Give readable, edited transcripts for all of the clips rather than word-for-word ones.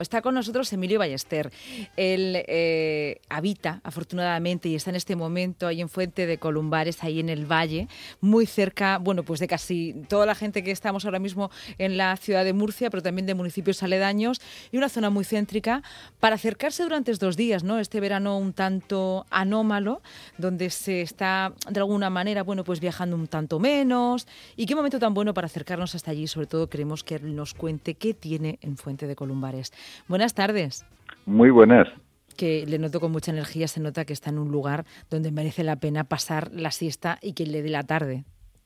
Está con nosotros Emilio Ballester. Él habita, afortunadamente, y está en este momento ahí en Fuente de Columbares, ahí en el Valle, muy cerca, bueno, pues de casi toda la gente que estamos ahora mismo en la ciudad de Murcia, pero también de municipios aledaños, y una zona muy céntrica para acercarse durante estos días, ¿no? Este verano un tanto anómalo, donde se está, de alguna manera, bueno, pues viajando un tanto menos. Y qué momento tan bueno para acercarnos hasta allí. Sobre todo queremos que él nos cuente qué tiene en Fuente de Columbares. Buenas tardes. Muy buenas. Que le noto con mucha energía, se nota que está en un lugar donde merece la pena pasar la siesta y que le dé la tarde.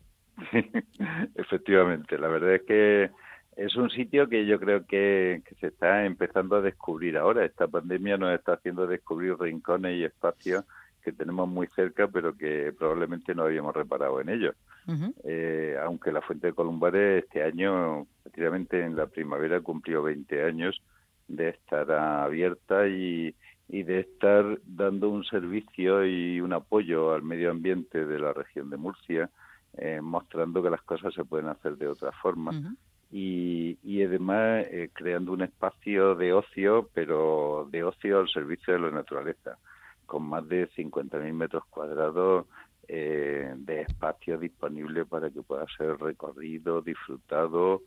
Efectivamente, la verdad es que es un sitio que yo creo que se está empezando a descubrir ahora. Esta pandemia nos está haciendo descubrir rincones y espacios que tenemos muy cerca, pero que probablemente no habíamos reparado en ellos. Uh-huh. Aunque la Fuente de Columbares este año, prácticamente en la primavera, cumplió 20 años de estar abierta y de estar dando un servicio y un apoyo al medio ambiente de la región de Murcia, mostrando que las cosas se pueden hacer de otra forma. Uh-huh. Y además creando un espacio de ocio, pero de ocio al servicio de la naturaleza, con más de 50.000 metros cuadrados de espacio disponible para que pueda ser recorrido, disfrutado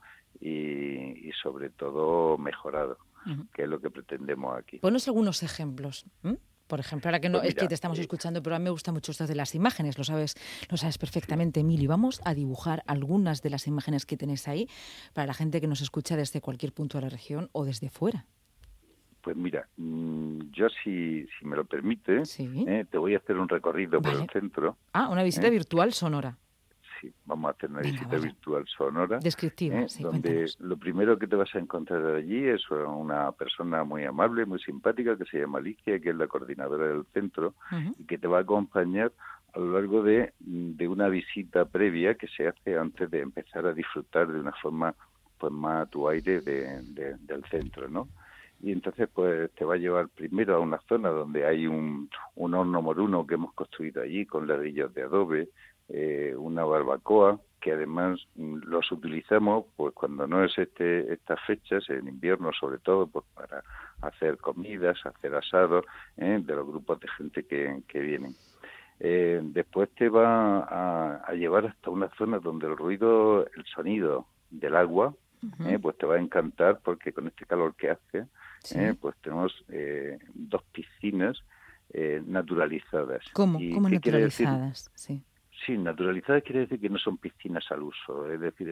y sobre todo mejorado, que es lo que pretendemos aquí. Ponos algunos ejemplos. Por ejemplo, ahora que no Pues es mira, que te estamos escuchando, pero a mí me gusta mucho esto de las imágenes, lo sabes perfectamente, Emilio. Vamos a dibujar algunas de las imágenes que tenéis ahí para la gente que nos escucha desde cualquier punto de la región o desde fuera. Pues mira, yo si me lo permite, Sí. te voy a hacer un recorrido por el centro. Una visita virtual sonora. Sí, vamos a hacer una visita vale. virtual sonora. Descriptiva, sí, donde cuéntanos. lo primero que te vas a encontrar allí es una persona muy amable, muy simpática, que se llama Alicia, que es la coordinadora del centro, y que te va a acompañar a lo largo de una visita previa que se hace antes de empezar a disfrutar de una forma pues más a tu aire del centro, ¿no? Y entonces pues te va a llevar primero a una zona donde hay un horno moruno que hemos construido allí con ladrillos de adobe, una barbacoa, que además los utilizamos pues cuando no es estas fechas, en invierno sobre todo, pues para hacer comidas, hacer asados de los grupos de gente que vienen. Después te va a llevar hasta una zona donde el sonido del agua, pues te va a encantar, porque con este calor que hace, pues tenemos 2 piscinas naturalizadas. ¿Cómo ¿Qué quiere decir? naturalizadas? Sí. Sí, naturalizadas quiere decir que no son piscinas al uso, es decir,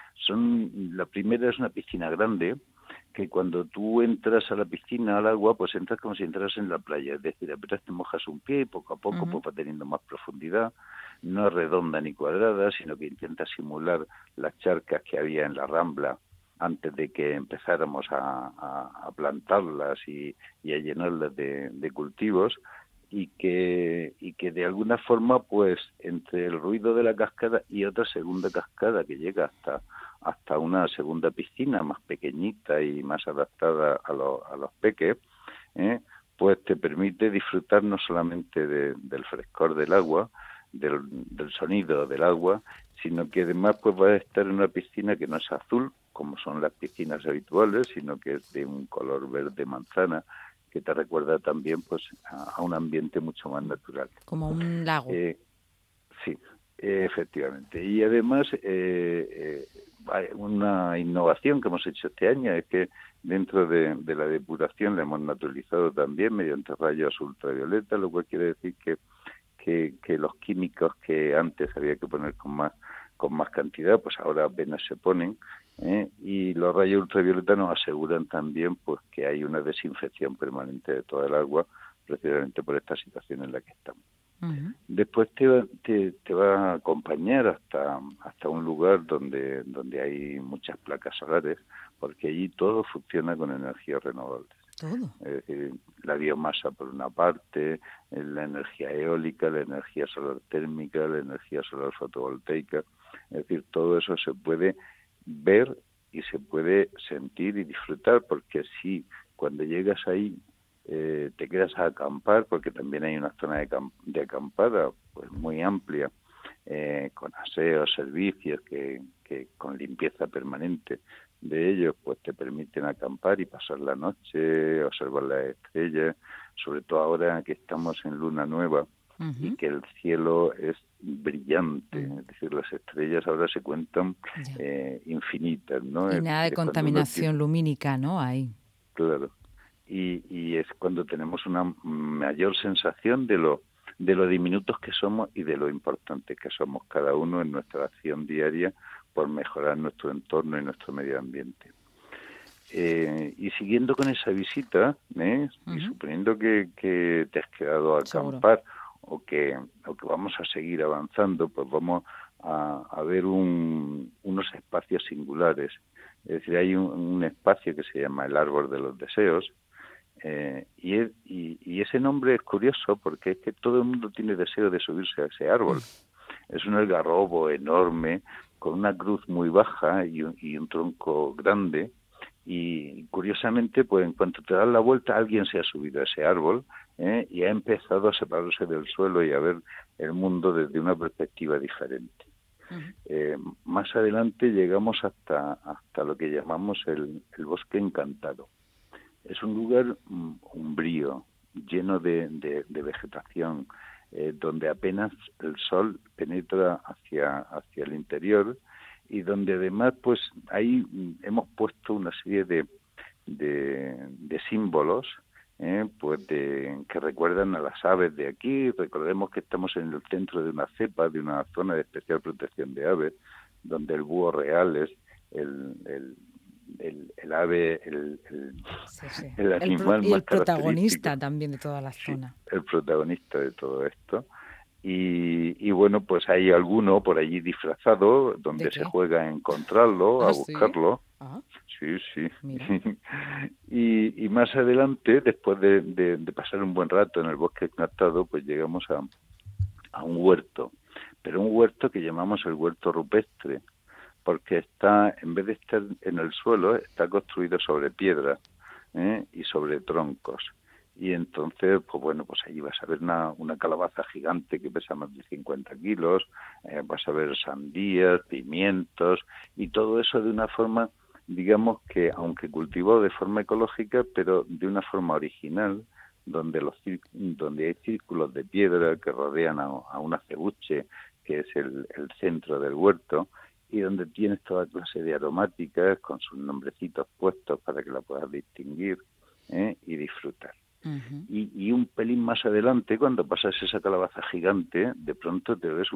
la primera es una piscina grande, que cuando tú entras a la piscina, al agua, pues entras como si entras en la playa, es decir, apenas te mojas un pie y poco a poco pues va teniendo más profundidad. No es redonda ni cuadrada, sino que intenta simular las charcas que había en la Rambla antes de que empezáramos a plantarlas y a llenarlas de cultivos. Y que de alguna forma, pues entre el ruido de la cascada y otra segunda cascada que llega hasta una segunda piscina más pequeñita y más adaptada a los peques, pues te permite disfrutar no solamente del frescor del agua, del sonido del agua, sino que además pues vas a estar en una piscina que no es azul, como son las piscinas habituales, sino que es de un color verde manzana, que te recuerda también pues a un ambiente mucho más natural. Como un lago. Sí, efectivamente. Y además, hay una innovación que hemos hecho este año es que dentro de la depuración la hemos naturalizado también mediante rayos ultravioleta, lo cual quiere decir que los químicos que antes había que poner con más cantidad, pues ahora apenas se ponen, y los rayos ultravioleta nos aseguran también pues que hay una desinfección permanente de toda el agua, precisamente por esta situación en la que estamos. Uh-huh. Después te va a acompañar hasta un lugar donde hay muchas placas solares, porque allí todo funciona con energías renovables. Todo. Es decir, la biomasa por una parte, la energía eólica, la energía solar térmica, la energía solar fotovoltaica. Es decir, todo eso se puede ver y se puede sentir y disfrutar, porque si cuando llegas ahí te quedas a acampar, porque también hay una zona de acampada pues muy amplia, con aseos, servicios, que con limpieza permanente de ellos pues te permiten acampar y pasar la noche, observar las estrellas, sobre todo ahora que estamos en luna nueva y que el cielo es brillante, es decir, las estrellas ahora se cuentan infinitas, ¿no? Y Es nada de decir, contaminación lumínica, ¿no? Ahí. claro. Y es cuando tenemos una mayor sensación de lo diminutos que somos y de lo importantes que somos cada uno en nuestra acción diaria por mejorar nuestro entorno y nuestro medio ambiente. Y siguiendo con esa visita, y suponiendo que te has quedado a acampar o que vamos a seguir avanzando, pues vamos a ver unos espacios singulares. Es decir, hay un espacio que se llama el Árbol de los Deseos, y ese nombre es curioso porque es que todo el mundo tiene deseo de subirse a ese árbol. Es un algarrobo enorme con una cruz muy baja y un tronco grande, y curiosamente pues en cuanto te das la vuelta alguien se ha subido a ese árbol y ha empezado a separarse del suelo y a ver el mundo desde una perspectiva diferente. Más adelante llegamos hasta lo que llamamos el Bosque Encantado. Es un lugar umbrío, lleno de vegetación, donde apenas el sol penetra hacia el interior, y donde además pues ahí hemos puesto una serie de símbolos pues que recuerdan a las aves de aquí. Recordemos que estamos en el centro de una cepa, de una zona de especial protección de aves, donde el búho real es el ave, el animal más el protagonista también de toda la zona. El protagonista de todo esto. Y bueno, pues hay alguno por allí disfrazado, donde se juega a encontrarlo, a buscarlo. ¿Sí? Sí. Y más adelante, después de pasar un buen rato en el Bosque Encantado, pues llegamos a un huerto, pero un huerto que llamamos el huerto rupestre, porque está, en vez de estar en el suelo, está construido sobre piedra y sobre troncos. Y entonces, pues bueno, pues allí vas a ver una calabaza gigante que pesa más de 50 kilos, vas a ver sandías, pimientos, y todo eso de una forma, digamos que, aunque cultivado de forma ecológica, pero de una forma original, donde hay círculos de piedra que rodean a un acebuche, que es el centro del huerto, y donde tienes toda clase de aromáticas con sus nombrecitos puestos para que la puedas distinguir y disfrutar. Y un pelín más adelante, cuando pasas esa calabaza gigante, de pronto te ves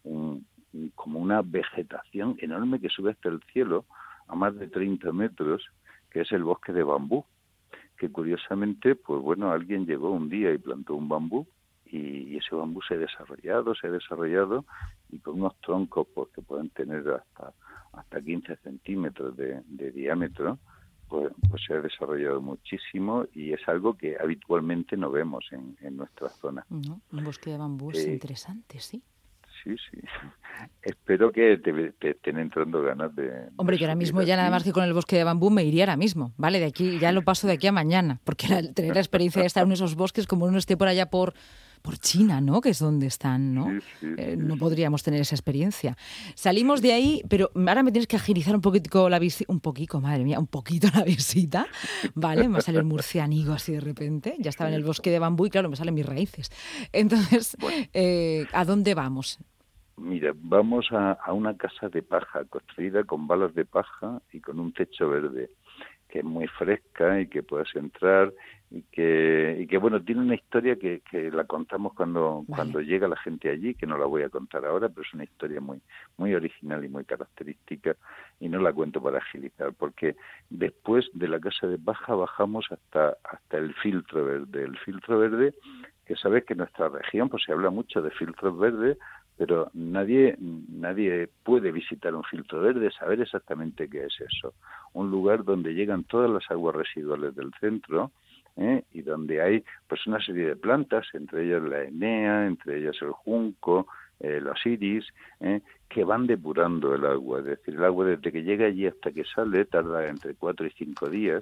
como una vegetación enorme que sube hasta el cielo a más de 30 metros, que es el bosque de bambú, que curiosamente, pues bueno, alguien llegó un día y plantó un bambú, y ese bambú se ha desarrollado, y con unos troncos pues, que pueden tener hasta 15 centímetros de diámetro, pues se ha desarrollado muchísimo, y es algo que habitualmente no vemos en nuestra zona. Un bosque de bambú es interesante, sí. Sí. Espero que te estén entrando ganas de... Hombre, yo ahora mismo ya nada más que con el bosque de bambú me iría ahora mismo, ¿vale? De aquí, ya lo paso de aquí a mañana, porque tener la experiencia de estar en esos bosques, como uno esté por allá por China, ¿no? Que es donde están, ¿no? No podríamos tener esa experiencia. Salimos de ahí, pero ahora me tienes que agilizar un poquito la visita, un poquito la visita, ¿vale? Me va a salir murcianigo así de repente. Ya estaba en el bosque de bambú y claro, me salen mis raíces. Entonces, ¿a dónde vamos? Mira, vamos a una casa de paja, construida con balas de paja y con un techo verde, que es muy fresca y que puedes entrar y que bueno, tiene una historia que la contamos cuando llega la gente allí, que no la voy a contar ahora, pero es una historia muy muy original y muy característica, y no la cuento para agilizar, porque después de la casa de paja bajamos hasta el filtro verde. El filtro verde, que sabes que en nuestra región pues se habla mucho de filtros verdes, pero nadie puede visitar un filtro verde, saber exactamente qué es eso. Un lugar donde llegan todas las aguas residuales del centro, y donde hay pues una serie de plantas, entre ellas la enea, entre ellas el junco, los iris, que van depurando el agua. Es decir, el agua desde que llega allí hasta que sale tarda entre 4 y 5 días,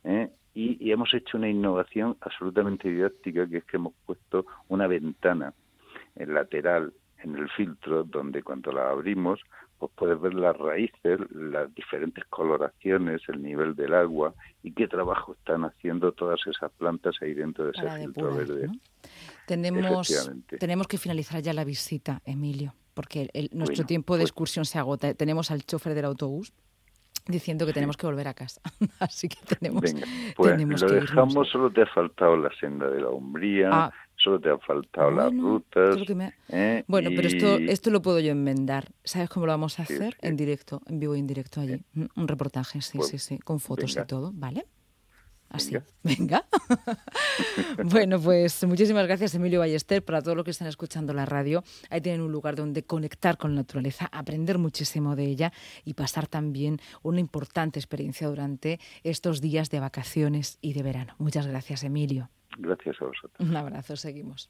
y hemos hecho una innovación absolutamente didáctica, que es que hemos puesto una ventana lateral en el filtro, donde cuando la abrimos pues puedes ver las raíces, las diferentes coloraciones, el nivel del agua y qué trabajo están haciendo todas esas plantas ahí dentro de ese Para filtro depurar, verde. ¿no? Tenemos Efectivamente. que finalizar ya la visita, Emilio, porque nuestro Bueno, tiempo de pues excursión se agota. Tenemos al chofer del autobús diciendo que sí. tenemos que volver a casa. Así que Venga, pues tenemos lo que irnos. dejamos, solo te ha faltado la senda de la Umbría, Ah, solo te han faltado las bueno, rutas, todo lo que me... ¿eh? Bueno, pero Y esto lo puedo yo enmendar. ¿Sabes cómo lo vamos a sí, hacer? sí, En directo, en vivo y en directo sí. allí. Un reportaje, sí, Pues sí, sí, con fotos y venga, todo, ¿vale? Así, venga. venga. Bueno, pues muchísimas gracias, Emilio Ballester, para todos los que están escuchando la radio. Ahí tienen un lugar donde conectar con la naturaleza, aprender muchísimo de ella y pasar también una importante experiencia durante estos días de vacaciones y de verano. Muchas gracias, Emilio. Gracias a vosotros. Un abrazo, seguimos.